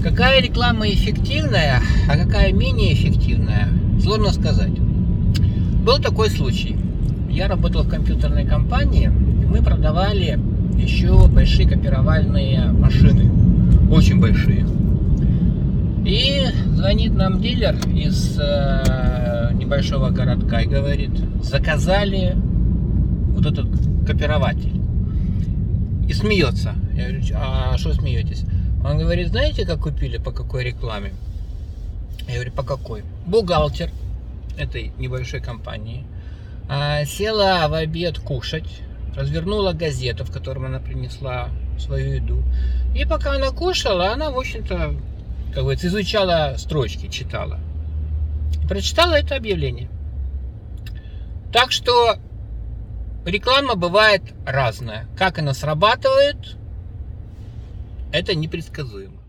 Какая реклама эффективная, а какая менее эффективная, сложно сказать. Был такой случай. Я работал в компьютерной компании, и мы продавали еще большие копировальные машины. Очень большие. И звонит нам дилер из небольшого городка и говорит: заказали вот этот копирователь. И смеется. Я говорю: а что смеетесь? Он говорит: знаете, как купили, по какой рекламе? Я говорю: по какой? Бухгалтер этой небольшой компании села в обед кушать, развернула газету, в которой она принесла свою еду. И пока она кушала, она, в общем-то, как говорится, изучала строчки, читала. И прочитала это объявление. Так что реклама бывает разная. Как она срабатывает, это непредсказуемо.